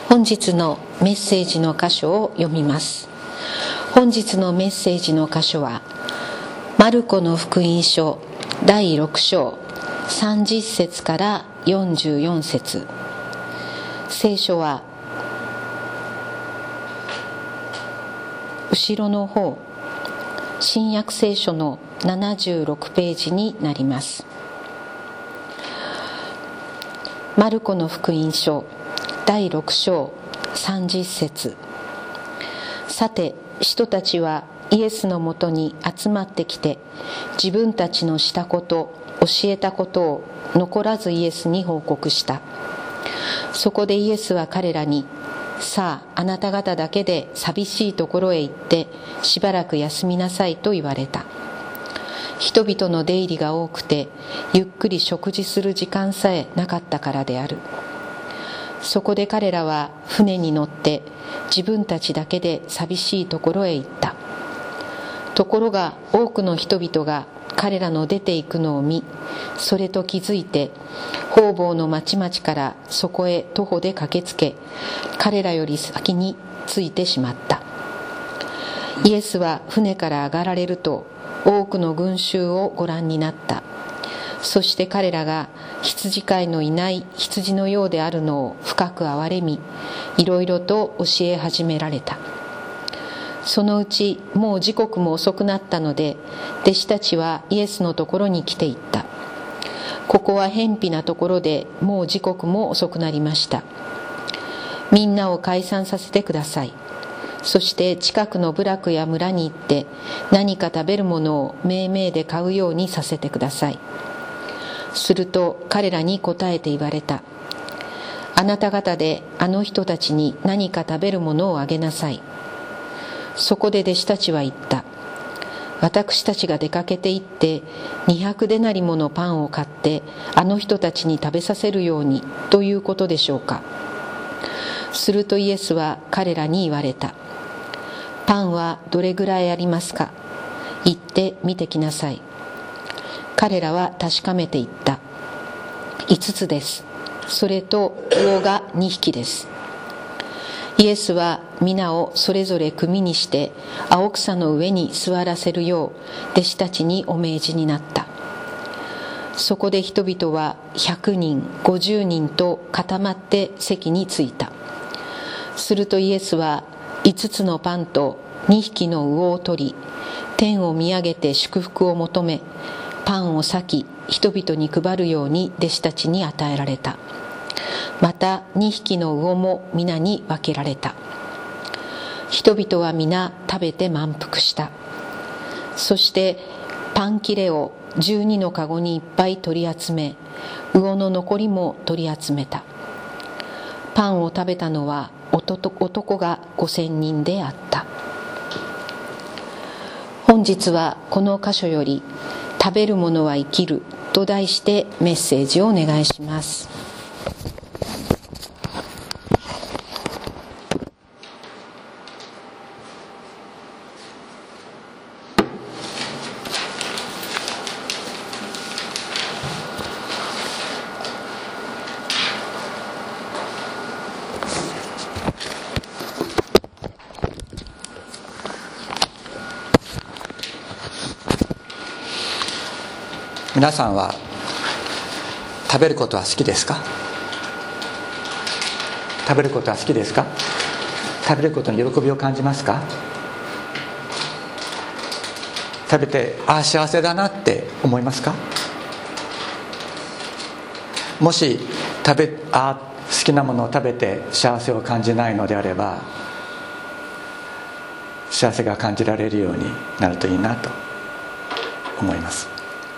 本日のメッセージの箇所を読みます。本日のメッセージの箇所はマルコの福音書第6章30節から44節。聖書は後ろの方、新約聖書の76ページになります。マルコの福音書第6章30節。さて人たちはイエスのもとに集まってきて、自分たちのしたこと、教えたことを残らずイエスに報告した。そこでイエスは彼らに、さああなた方だけで寂しいところへ行ってしばらく休みなさいと言われた。人々の出入りが多くて、ゆっくり食事する時間さえなかったからである。そこで彼らは船に乗って自分たちだけで寂しいところへ行った。ところが多くの人々が彼らの出て行くのを見、それと気づいて方々の町々からそこへ徒歩で駆けつけ、彼らより先に着いてしまった。イエスは船から上がられると、多くの群衆をご覧になった。そして彼らが羊飼いのいない羊のようであるのを深く憐れみ、いろいろと教え始められた。そのうちもう時刻も遅くなったので、弟子たちはイエスのところに来ていった。ここは偏僻なところで、もう時刻も遅くなりました。みんなを解散させてください。そして近くの部落や村に行って、何か食べるものをめいめいで買うようにさせてください。すると彼らに答えて言われた。あなた方であの人たちに何か食べるものをあげなさい。そこで弟子たちは言った。私たちが出かけて行って200デナリものパンを買ってあの人たちに食べさせるようにということでしょうか。するとイエスは彼らに言われた。パンはどれぐらいありますか。行って見てきなさい。彼らは確かめていった。5つです。それと魚が2匹です。イエスは皆をそれぞれ組にして青草の上に座らせるよう弟子たちにお命じになった。そこで人々は100人50人と固まって席に着いた。するとイエスは5つのパンと2匹の魚を取り、天を見上げて祝福を求め、パンを裂き人々に配るように弟子たちに与えられた。また2匹の魚も皆に分けられた。人々は皆食べて満腹した。そしてパン切れを12のかごにいっぱい取り集め、魚の残りも取り集めた。パンを食べたのは男が5000人であった。本日はこの箇所より食べるものは生きると題してメッセージをお願いします。 皆さんは食べることは好きですか？食べることは好きですか？食べることに喜びを感じますか？食べて幸せだなって思いますか？もし好きなものを食べて幸せを感じないのであれば、幸せが感じられるようになるといいなと思います。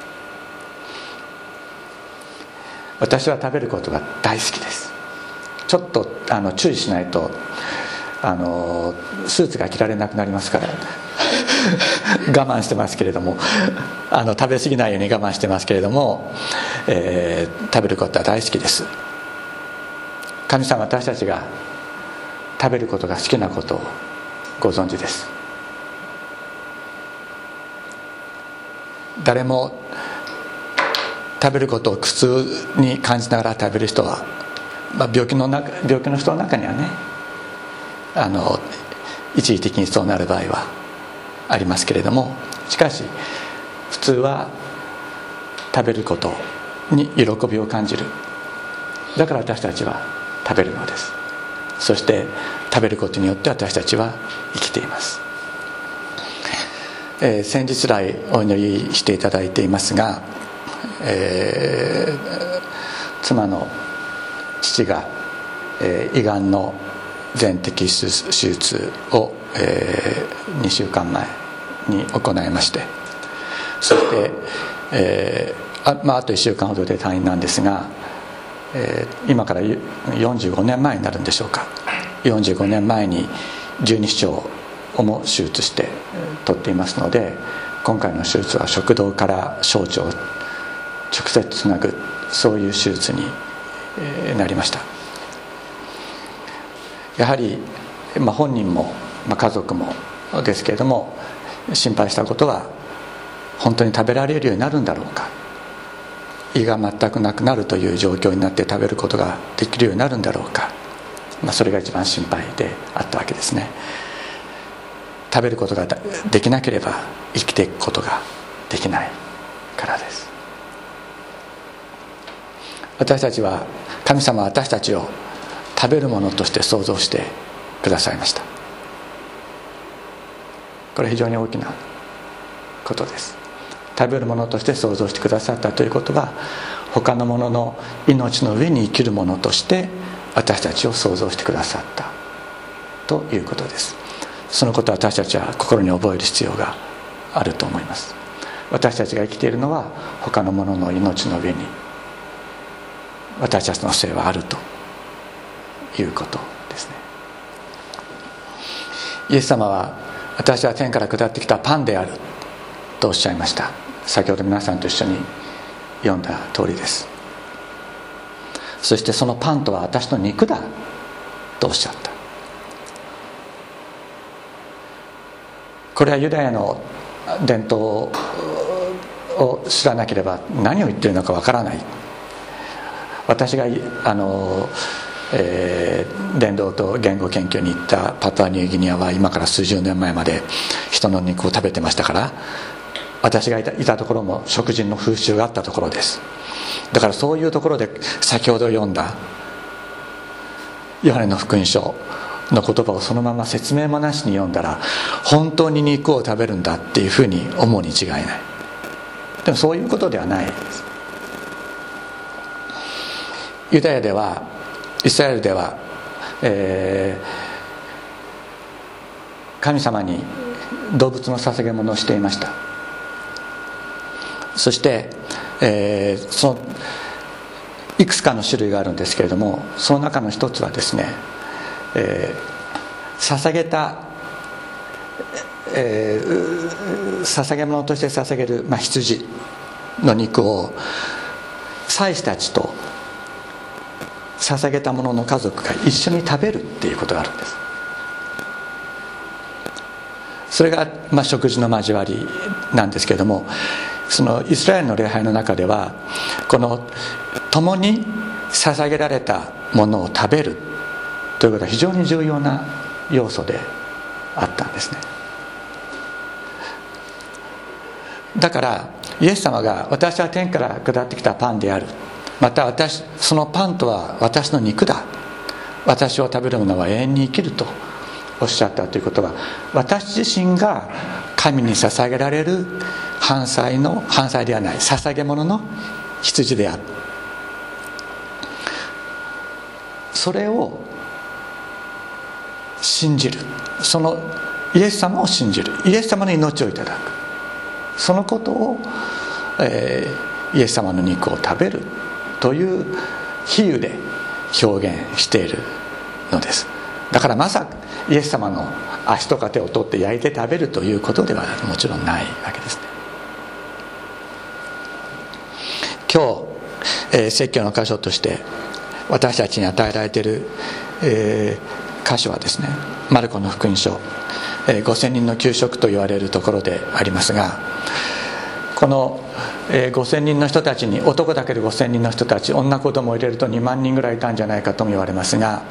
私は食べることが大好きです。ちょっと注意しないとスーツが着られなくなりますから我慢してますけれども、食べ過ぎないように我慢してますけれども、食べることは大好きです。神様、私たちが食べることが好きなことをご存知です。誰も食べることを苦痛に感じながら食べる人は病気の人の中にはね一時的にそうなる場合はありますけれども、しかし普通は食べることに喜びを感じる。だから私たちは食べるのです。そして食べることによって私たちは生きています。先日来お祈りしていただいていますが、妻の父が、胃がんの全摘出手術を、2週間前に行いまして、そして、あと1週間ほどで退院なんですが、今から45年前になるんでしょうか。45年前に十二指腸をも手術して取っていますので、今回の手術は食道から小腸を直接つなぐ、そういう手術になりました。やはり、本人も、家族もですけれども心配したことは、本当に食べられるようになるんだろうか、胃が全くなくなるという状況になって食べることができるようになるんだろうか、それが一番心配であったわけですね。食べることができなければ生きていくことができないからです。私たちは、神様は私たちを食べるものとして創造してくださいました。これは非常に大きなことです。食べるものとして創造してくださったということは、他のものの命の上に生きるものとして私たちを創造してくださったということです。そのことを私たちは心に覚える必要があると思います。私たちが生きているのは他のものの命の上に私たちの生はあるということですね。イエス様は、私は天から下ってきたパンであるとおっしゃいました。先ほど皆さんと一緒に読んだ通りです。そしてそのパンとは私の肉だとおっしゃった。これはユダヤの伝統を知らなければ何を言っているのかわからない。私が伝道と言語研究に行ったパプアニューギニアは、今から数十年前まで人の肉を食べてましたから、私がいたところも食事の風習があったところです。だからそういうところで先ほど読んだヨハネの福音書の言葉をそのまま説明もなしに読んだら、本当に肉を食べるんだっていうふうに思うに違いない。でもそういうことではないです。ユダヤでは、イスラエルでは、神様に動物の捧げ物をしていました。そして、そのいくつかの種類があるんですけれども、その中の一つはですね、捧げた、捧げ物として捧げる、羊の肉を祭司たちと捧げた者の家族が一緒に食べるっていうことがあるんです。それが、食事の交わりなんですけれども、そのイスラエルの礼拝の中では、この共に捧げられたものを食べるということは非常に重要な要素であったんですね。だからイエス様が、私は天から下ってきたパンである、またそのパンとは私の肉だ、私を食べる者は永遠に生きるとおっしゃったということは、私自身が神に捧げられる燔祭ではない、捧げ物の羊である。それを信じる、そのイエス様を信じる、イエス様の命をいただく、そのことを、イエス様の肉を食べるという比喩で表現しているのです。だからまさかイエス様の足とか手を取って焼いて食べるということではもちろんないわけですね。今日、説教の箇所として私たちに与えられている、箇所はですね、マルコの福音書、5000人の給食と言われるところでありますが、 この5000人の人たちに、男だけで5000人の人たち、女子供を入れると2万人ぐらいいたんじゃないかとも言われますが、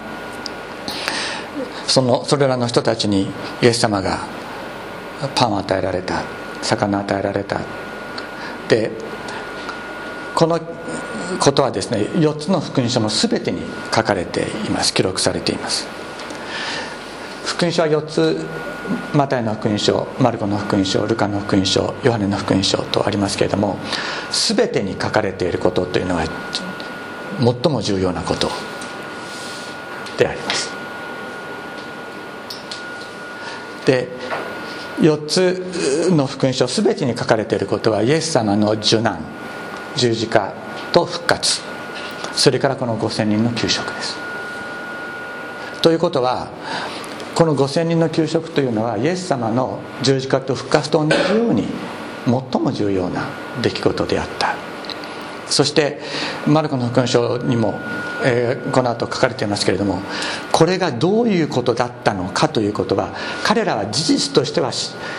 それらの人たちにイエス様がパンを与えられた、魚を与えられた。でこのことはですね、4つの福音書の全てに書かれています。記録されています。福音書は4つ、マタイの福音書、マルコの福音書、ルカの福音書、ヨハネの福音書とありますけれども、全てに書かれていることというのは最も重要なことであります。で4つの福音書全てに書かれていることは、イエス様の受難、十字架と復活、それからこの5000人の給食です。ということは、この5000人の給食というのは、イエス様の十字架と復活と同じように最も重要な出来事であった。そしてマルコの福音書にも、この後書かれていますけれども、これがどういうことだったのかということは、彼らは事実としては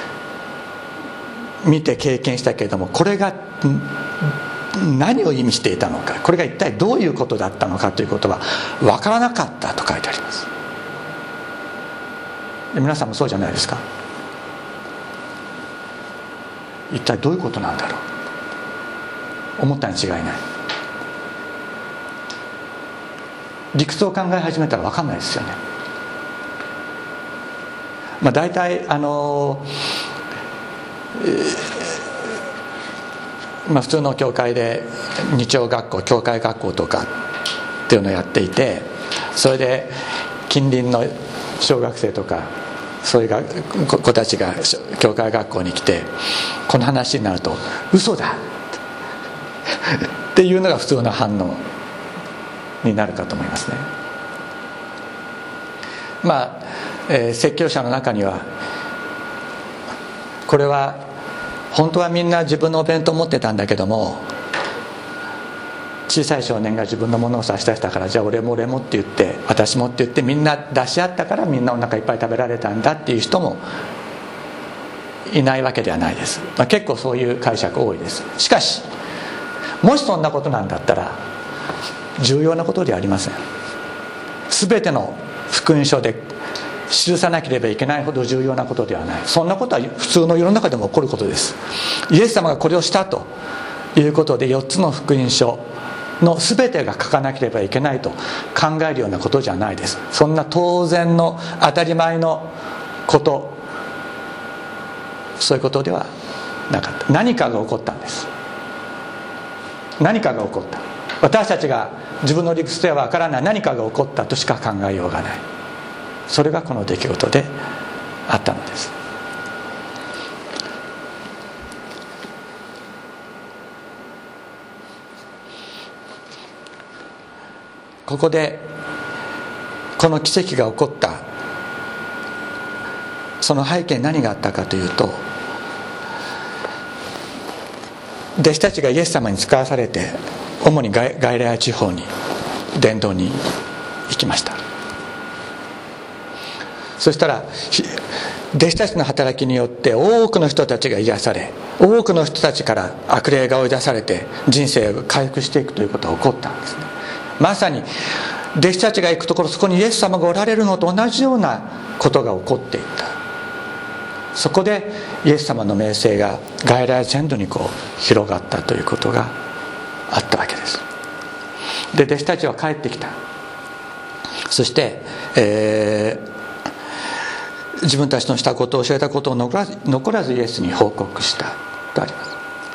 見て経験したけれども、これが何を意味していたのか、これが一体どういうことだったのかということは分からなかったと書いてあります。で皆さんもそうじゃないですか。一体どういうことなんだろう、思ったに違いない。理屈を考え始めたら分かんないですよね。大体普通の教会で日曜学校、教会学校とかっていうのをやっていて、それで近隣の小学生とかそういう子たちが教会学校に来て、この話になると嘘だっていうのが普通の反応になるかと思いますね。説教者の中には、これは本当はみんな自分のお弁当を持ってたんだけども、小さい少年が自分のものを差し出したから、じゃあ俺もって言って、私もって言って、みんな出し合ったからみんなお腹いっぱい食べられたんだっていう人もいないわけではないです。結構そういう解釈多いです。しかしもしそんなことなんだったら重要なことではありません。全ての福音書で記さなければいけないほど重要なことではない。そんなことは普通の世の中でも起こることです。イエス様がこれをしたということで、4つの福音書の全てが書かなければいけないと考えるようなことじゃないです。そんな当然の当たり前のこと、そういうことではなかった。何かが起こったんです。何かが起こった。私たちが自分の理屈では分からない何かが起こったとしか考えようがない。それがこの出来事であったのです。ここでこの奇跡が起こったその背景に何があったかというと、弟子たちがイエス様に使わされて、主にガリラヤ地方に伝道に行きました。そしたら弟子たちの働きによって多くの人たちが癒され、多くの人たちから悪霊が追い出されて人生が回復していくということが起こったんですね。まさに弟子たちが行くところ、そこにイエス様がおられるのと同じようなことが起こっていった。そこでイエス様の名声がガリラヤ全土に広がったということがあったわけです。で弟子たちは帰ってきた。そして、自分たちのしたことを教えたことを残らずイエスに報告したとあります。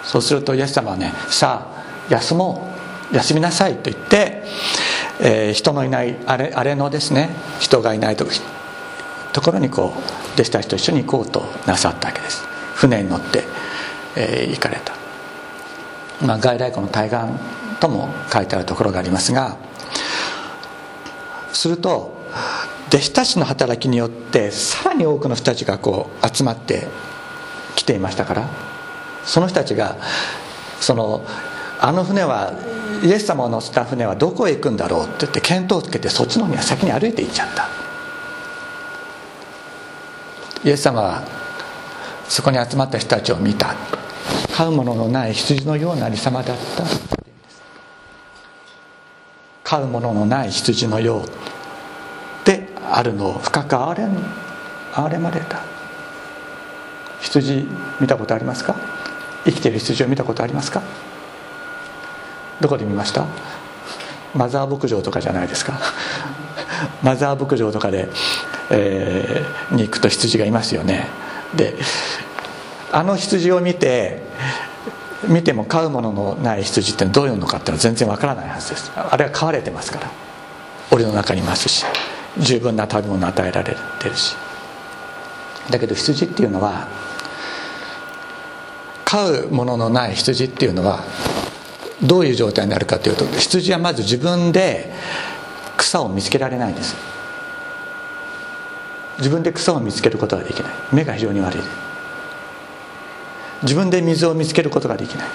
そうするとイエス様はね、さあ休みなさいと言って、人のいないあれのですね、人がいないところに弟子たちと一緒に行こうとなさったわけです。船に乗って、行かれた。ガリラヤ湖の対岸とも書いてあるところがありますが、すると弟子たちの働きによってさらに多くの人たちが集まってきていましたから、その人たちがあの船はイエス様を乗せた船はどこへ行くんだろうって言って見当をつけて、そっちの方には先に歩いて行っちゃった。イエス様はそこに集まった人たちを見た。 飼うもののない羊のようなありさまだった。飼うもののない羊のようであるのを深く憐れまれた。羊見たことありますか？生きている羊を見たことありますか？どこで見ました？マザー牧場とかじゃないですか。マザー牧場とかで、に行くと羊がいますよね。であの羊を見ても飼うもののない羊ってどういうのかってのは全然わからないはずです。あれは飼われてますから、檻の中にいますし、十分な食べ物を与えられてるし。だけど羊っていうのは、飼うもののない羊っていうのはどういう状態になるかというと、羊はまず自分で草を見つけられないんです。自分で草を見つけることができない。目が非常に悪い。自分で水を見つけることができない。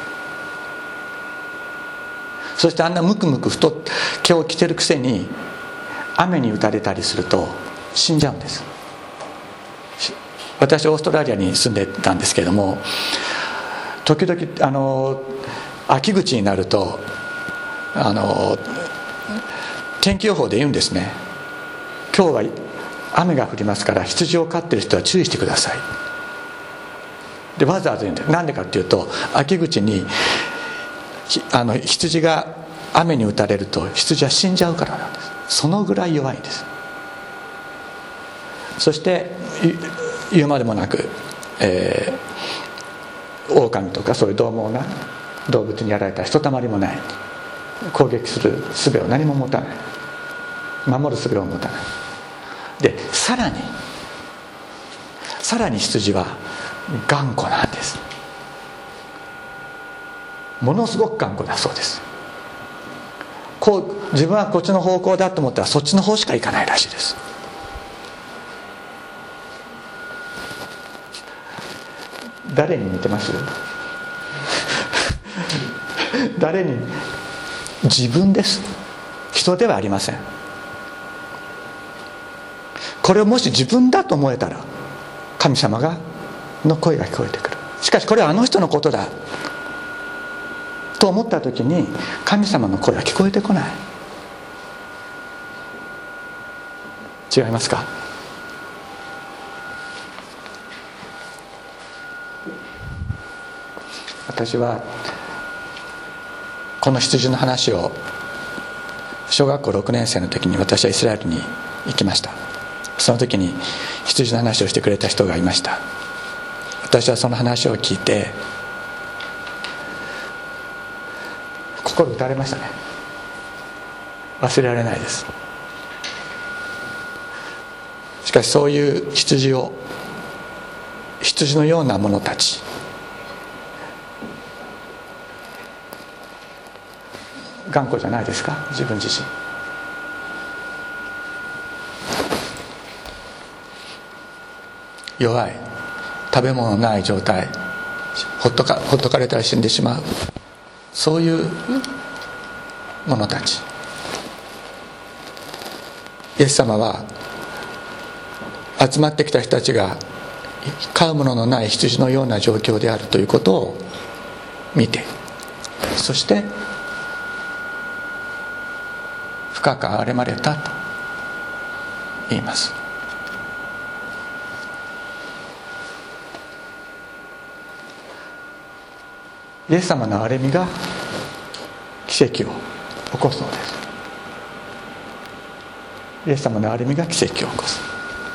そしてあんなムクムク太っ毛を着てるくせに雨に打たれたりすると死んじゃうんです。私オーストラリアに住んでたんですけれども、時々秋口になると天気予報で言うんですね。今日は雨が降りますから羊を飼っている人は注意してください。でわざわざ言うんです。なんでかっていうと、秋口に羊が雨に打たれると羊は死んじゃうからなんです。そのぐらい弱いんです。そして言うまでもなく、狼とかそういう獰猛な動物にやられたらひとたまりもない。攻撃する術を何も持たない。守る術を持たない。でさらに羊は頑固なんです。ものすごく頑固だそうです。自分はこっちの方向だと思ったらそっちの方しか行かないらしいです。誰に似てます？誰に？自分です。人ではありません。これをもし自分だと思えたら神様の声が聞こえてくる。しかしこれはあの人のことだと思った時に神様の声は聞こえてこない。違いますか？私はこの羊の話を小学校6年生の時に私はイスラエルに行きました。その時に羊の話をしてくれた人がいました。私はその話を聞いて心打たれましたね。忘れられないです。しかしそういう羊のような者たち、頑固じゃないですか、自分自身。弱い、食べ物ない状態、ほっとかれたら死んでしまう、そういう者たち。イエス様は集まってきた人たちが飼うもののない羊のような状況であるということを見て、そして深く憐れまれたと言います。イエス様の憐れみが奇跡を起こすのです。イエス様の憐れみが奇跡を起こす。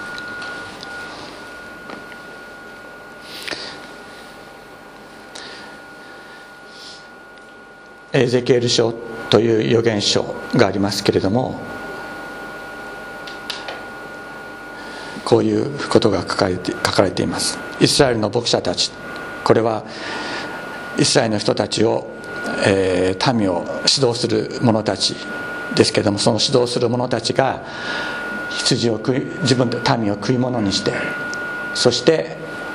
エゼキエル書という預言書がありますけれども、こういうことが書かれています。イスラエルの牧者たち、これはイスラエルの人たちを、民を指導する者たちですけれども、その指導する者たちが自分で民を食い物にして、そして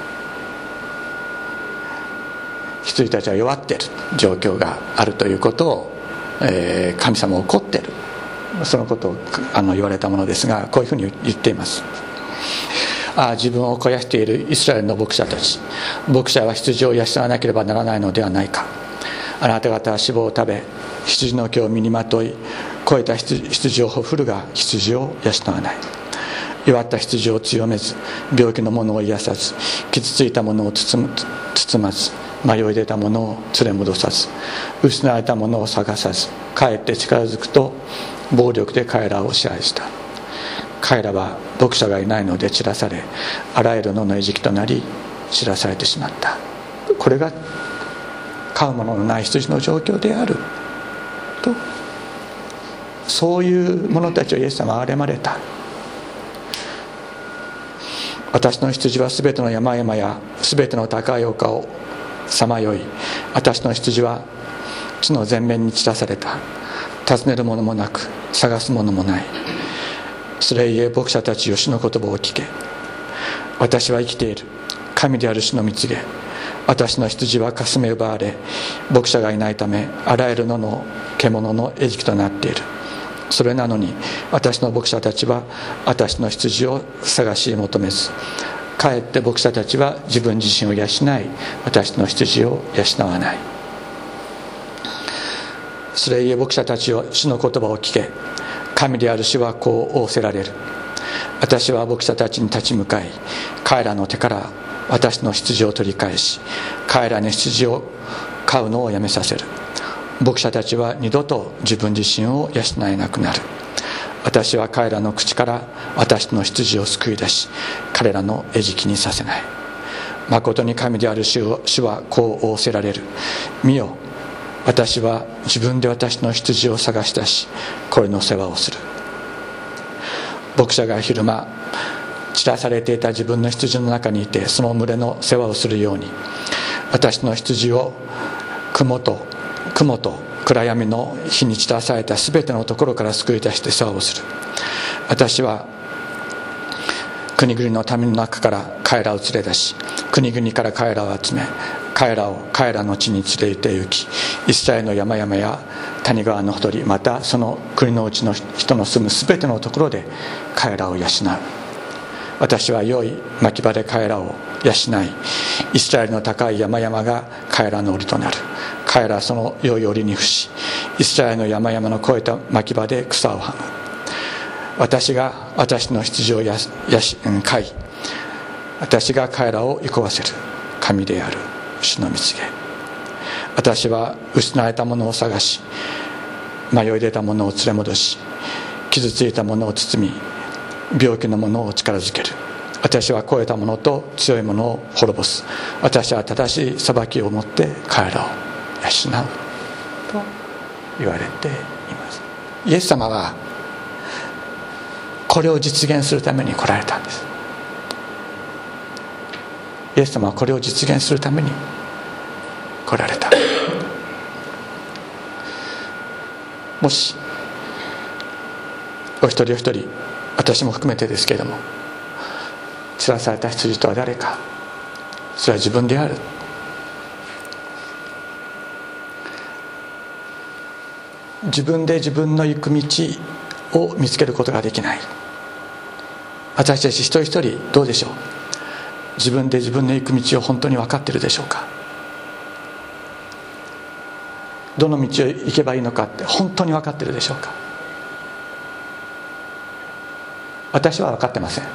羊たちは弱っている状況があるということを、神様は怒っている、そのことを言われたものですが、こういうふうに言っています。 自分を肥やしているイスラエルの牧者たち、牧者は羊を養わなければならないのではないか。あなた方は脂肪を食べ、羊の毛を身にまとい、肥えた羊をほふるが羊を養わない。弱った羊を強めず、病気の者を癒さず、傷ついた者を包まず、迷い出た者を連れ戻さず、失われた者を探さず、かえって力づくと暴力で彼らを支配した。彼らは牧者がいないので散らされ、あらゆる野の餌食となり散らされてしまった。これが飼うもののない羊の状況であると、そういう者たちをイエス様は憐れまれた。私の羊はすべての山々やすべての高い丘をさまよい、私の羊は地の全面に散らされた。尋ねるものもなく、探すものもない。それゆえ牧者たちよ、主の言葉を聞け。私は生きている。神である主の蜜げ。私の羊はかすめ奪われ、牧者がいないため、あらゆる野の獣の餌食となっている。それなのに私の牧者たちは私の羊を探し求めず、かえって牧者たちは自分自身を養い、私の羊を養わない。それゆえ牧者たちよ、主の言葉を聞け。神である主はこう仰せられる。私は牧者たちに立ち向かい、彼らの手から私の羊を取り返し、彼らに羊を飼うのをやめさせる。牧者たちは二度と自分自身を養えなくなる。私は彼らの口から私の羊を救い出し、彼らの餌食にさせない。誠に神である主はこう仰せられる。見よ、私は自分で私の羊を探し出し、これの世話をする。牧者が昼間散らされていた自分の羊の中にいて、その群れの世話をするように、私の羊を雲と暗闇の日に散らされたすべてのところから救い出して世話をする。私は国々の民の中から彼らを連れ出し、国々から彼らを集め、彼らを彼らの地に連れて行き、イスラエルの山々や谷川のほとり、またその国のうちの人の住むすべてのところで彼らを養う。私は良い牧場で彼らを養い、イスラエルの高い山々が彼らの檻となる。彼らはその良い檻に伏し、イスラエルの山々の越えた牧場で草をはむ。私が私の羊を飼い、私が彼らを憩わせる。神である主の蜜げ。私は失われたものを探し、迷い出たものを連れ戻し、傷ついたものを包み、病気のものを力づける。私は超えたものと強いものを滅ぼす。私は正しい裁きをもって彼らを養うと言われています。イエス様はこれを実現するために来られたんです。イエス様はこれを実現するために来られた。もしお一人お一人、私も含めてですけれども、散らされた羊とは誰か、それは自分である。自分で自分の行く道を見つけることができない。私たち一人一人どうでしょう。自分で自分の行く道を本当に分かっているでしょうか。どの道を行けばいいのかって本当に分かっているでしょうか。私は分かってません。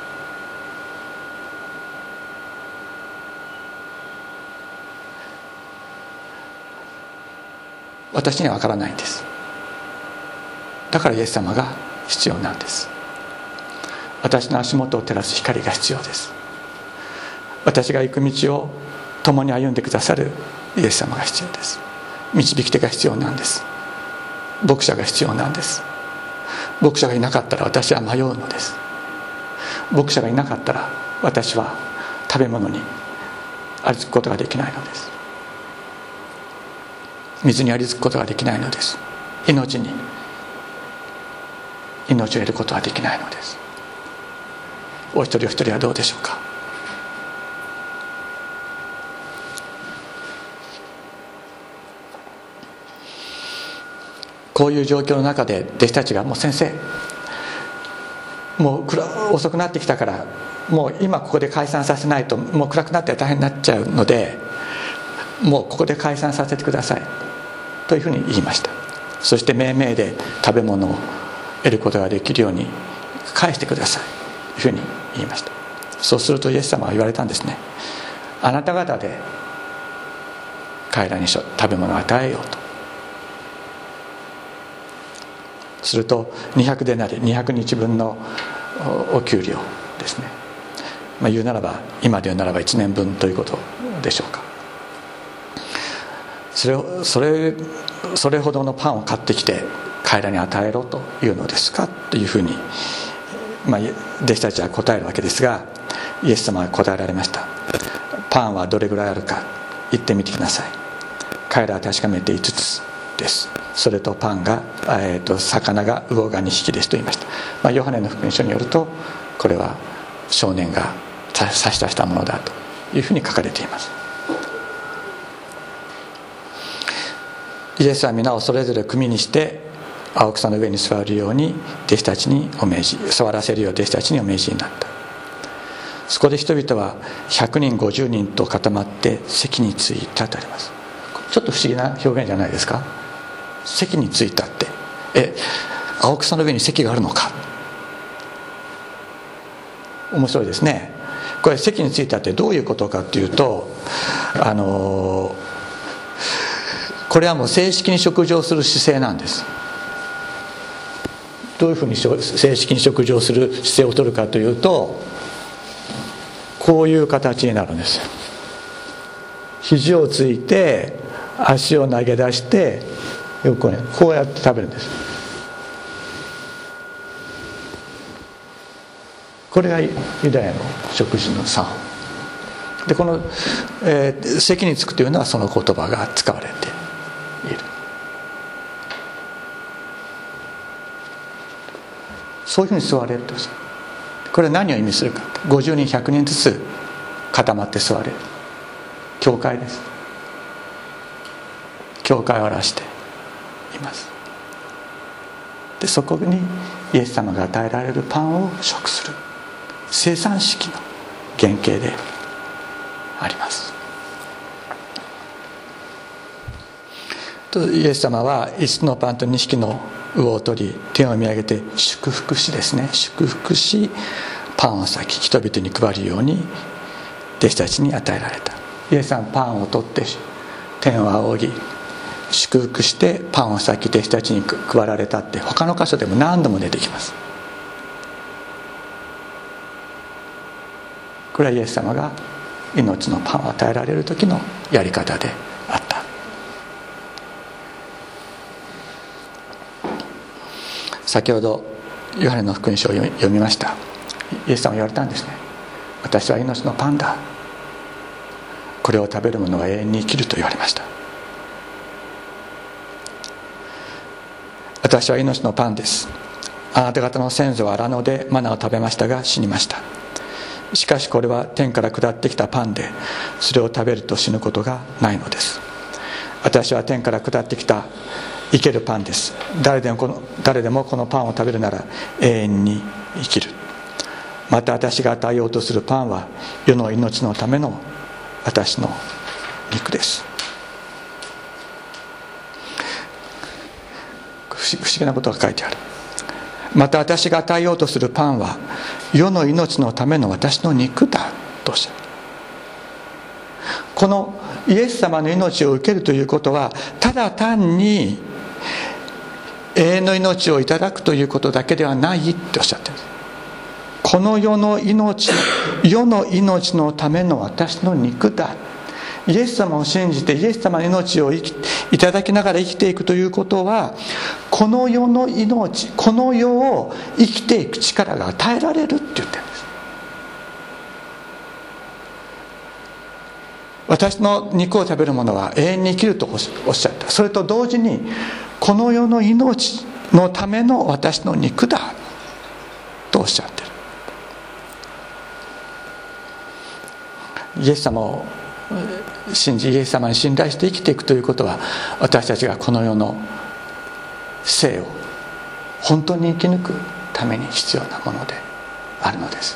私には分からないんです。だからイエス様が必要なんです。私の足元を照らす光が必要です。私が行く道を共に歩んでくださるイエス様が必要です。導き手が必要なんです。牧者が必要なんです。牧者がいなかったら私は迷うのです。牧者がいなかったら私は食べ物にありつくことができないのです。水にありつくことができないのです。命を得ることはできないのです。お一人お一人はどうでしょうか。こういう状況の中で弟子たちが、もう先生、 もう遅くなってきたから、もう今ここで解散させないともう暗くなって大変になっちゃうので、もうここで解散させてくださいというふうに言いました。そして命名で食べ物を得ることができるように返してくださいというふうに言いました。そうするとイエス様は言われたんですね。あなた方で彼らに食べ物を与えようと。すると200デナリ、200日分のお給料ですね、言うならば今で言うならば1年分ということでしょうか。それほどのパンを買ってきて彼らに与えろというのですかというふうに、弟子たちは答えるわけですが、イエス様は答えられました。パンはどれぐらいあるか言ってみてください。彼らは確かめて5つです。それとパンが、魚が魚が2匹ですと言いました。ヨハネの福音書によると、これは少年が差し出したものだというふうに書かれています。イエスは皆をそれぞれ組にして青草の上に座るように弟子たちに座らせるよう弟子たちにお命じになった。そこで人々は100人50人と固まって席に着いたとあります。ちょっと不思議な表現じゃないですか。席に着いたって、青草の上に席があるのか。面白いですね。これ席に着いたってどういうことかっていうと、これはもう正式に食事をする姿勢なんです。どういうふうに正式に食事をする姿勢を取るかというと、こういう形になるんですよ。肘をついて足を投げ出して横にこうやって食べるんです。これがユダヤの食事の作法で、この、席に着くというのはその言葉が使われている。そういうふうに座れると。これは何を意味するか。50人100人ずつ固まって座れる教会です。教会を表しています。でそこにイエス様が与えられるパンを食する生産式の原型であります。とイエス様は5つのパンと2匹の魚を取り、天を見上げて祝福しですね、祝福しパンを裂き人々に配るように弟子たちに与えられた。イエス様はパンを取って天を仰ぎ祝福してパンを裂き弟子たちに配られたって他の箇所でも何度も出てきます。これはイエス様が命のパンを与えられる時のやり方であった。先ほどヨハネの福音書を読みました。イエス様は言われたんですね。私は命のパンだ。これを食べる者は永遠に生きると言われました。私は命のパンです。あなた方の先祖は荒野でマナを食べましたが死にました。しかしこれは天から下ってきたパンで、それを食べると死ぬことがないのです。私は天から下ってきた生けるパンです。誰でもこのパンを食べるなら永遠に生きる。また私が与えようとするパンは世の命のための私の肉です。不思議なことが書いてある。また私が与えようとするパンは世の命のための私の肉だとおっしゃる。このイエス様の命を受けるということは、ただ単に永遠の命をいただくということだけではないっておっしゃっています。この世の命のための私の肉だ。イエス様を信じてイエス様の命をいただきながら生きていくということは、この世の命、この世を生きていく力が与えられるって言ってるんです。私の肉を食べる者は永遠に生きるとおっしゃった。それと同時に、この世の命のための私の肉だとおっしゃってる。イエス様を信じ、イエス様に信頼して生きていくということは、私たちがこの世の生を本当に生き抜くために必要なものであるのです。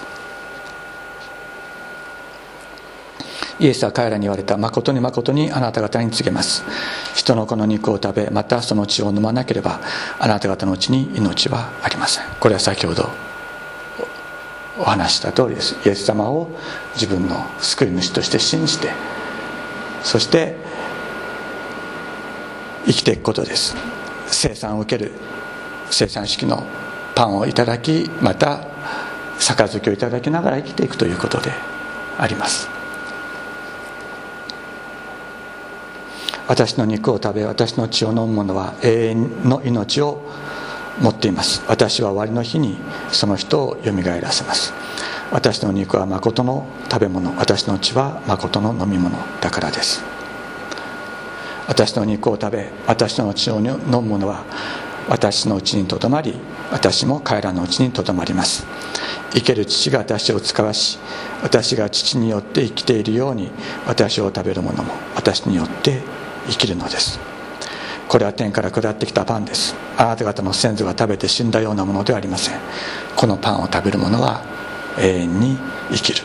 イエスは彼らに言われた。誠に誠にあなた方に告げます。人の子の肉を食べ、またその血を飲まなければ、あなた方のうちに命はありません。これは先ほどお話した通りです。イエス様を自分の救い主として信じて、そして生きていくことです。聖餐を受ける、聖餐式のパンをいただき、また杯をいただきながら生きていくということであります。私の肉を食べ、私の血を飲む者は永遠の命を持っています。私は終わりの日にその人をよみがえらせます。私の肉は誠の食べ物、私の血は誠の飲み物だからです。私の肉を食べ、私の血を飲む者は私のうちにとどまり、私も彼らのうちにとどまります。生ける父が私を使わし、私が父によって生きているように、私を食べる者も私によって生きるのです。これは天から下ってきたパンです。あなた方の先祖が食べて死んだようなものではありません。このパンを食べる者は永遠に生きる。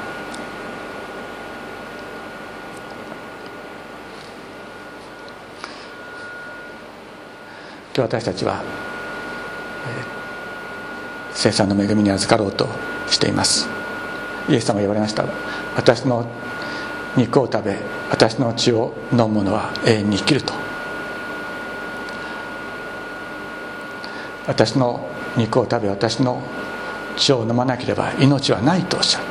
今日私たちは聖餐の恵みに預かろうとしています。イエス様が言われました。私の肉を食べ、私の血を飲む者は永遠に生きると。私の肉を食べ、私の血を飲まなければ命はないとおっしゃった。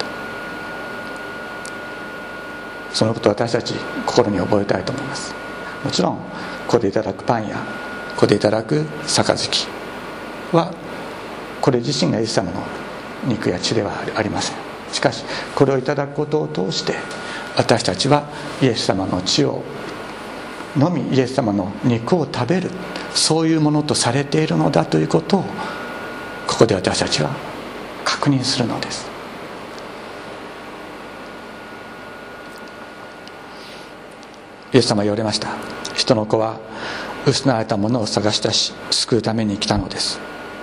そのことを私たち心に覚えたいと思います。もちろんここでいただくパンやここでいただく杯はこれ自身がイエス様の肉や血ではありません。しかしこれをいただくことを通して私たちはイエス様の血を飲み、イエス様の肉を食べる、そういうものとされているのだということをここで私たちは確認するのです。イエス様は言われました。人の子は失われたものを探し出し救うために来たのです。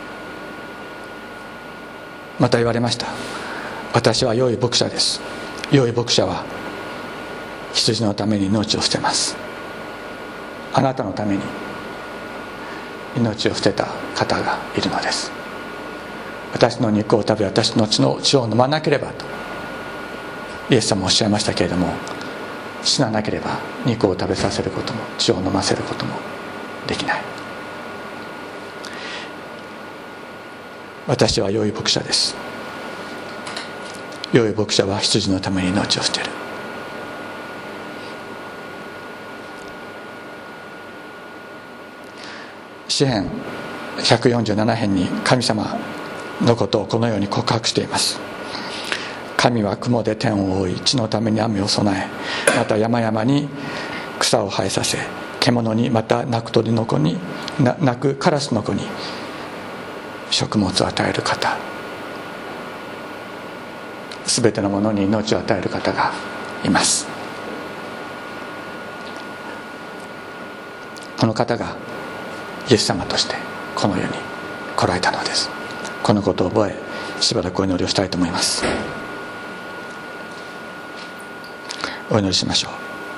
また言われました。私は良い牧者です。良い牧者は羊のために命を捨てます。あなたのために命を捨てた方がいるのです。私の肉を食べ、私の血を飲まなければとイエス様おっしゃいましたけれども、死ななければ肉を食べさせることも血を飲ませることもできない。私は良い牧者です。良い牧者は羊のために命を捨てる。詩編147編に神様のことをこのように告白しています。神は雲で天を覆い、地のために雨を備え、また山々に草を生えさせ、獣にまた鳴く鳥の子に鳴くカラスの子に食物を与える方、すべてのものに命を与える方がいます。この方がイエス様としてこの世に来られたのです。このことを覚え、しばらくお祈りをしたいと思います。お祈りしましょう。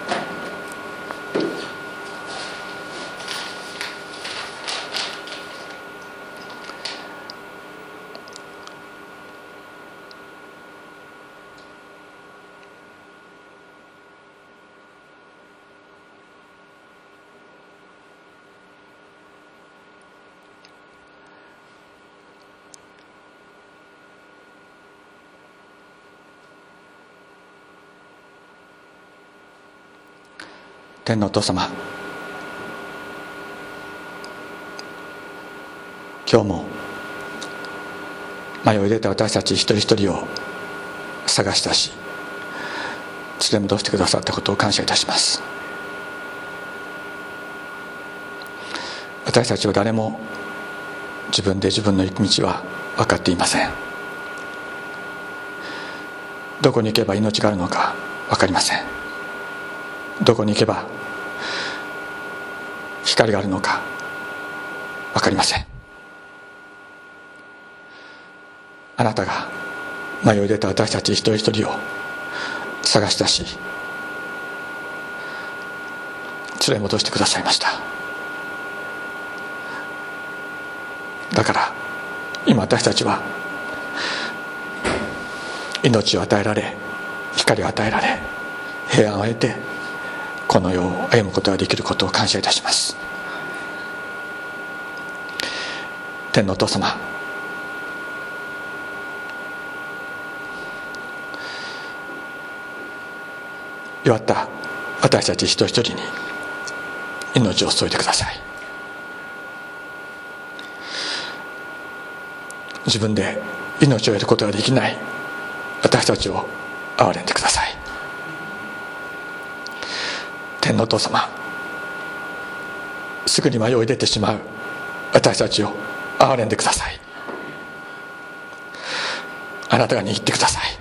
天のお父様、今日も迷い出た私たち一人一人を探し出し連れ戻してくださったことを感謝いたします。私たちは誰も自分で自分の行く道は分かっていません。どこに行けば命があるのか分かりません。どこに行けば光があるのか分かりません。 あなたが迷い出た私たち一人一人を探し出し連れ戻してくださいました。だから今私たちは命を与えられ、光を与えられ、平安を得てこの世を歩むことができることを感謝いたします。天のお父様、弱った私たち一人一人に命を注いでください。自分で命を得ることができない私たちを憐れんでください。天のお父様、すぐに迷い出てしまう私たちを憐れんでください。あなたが握ってください。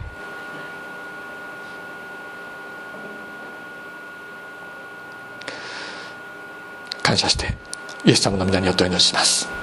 感謝してイエス様の皆によってお祈りします。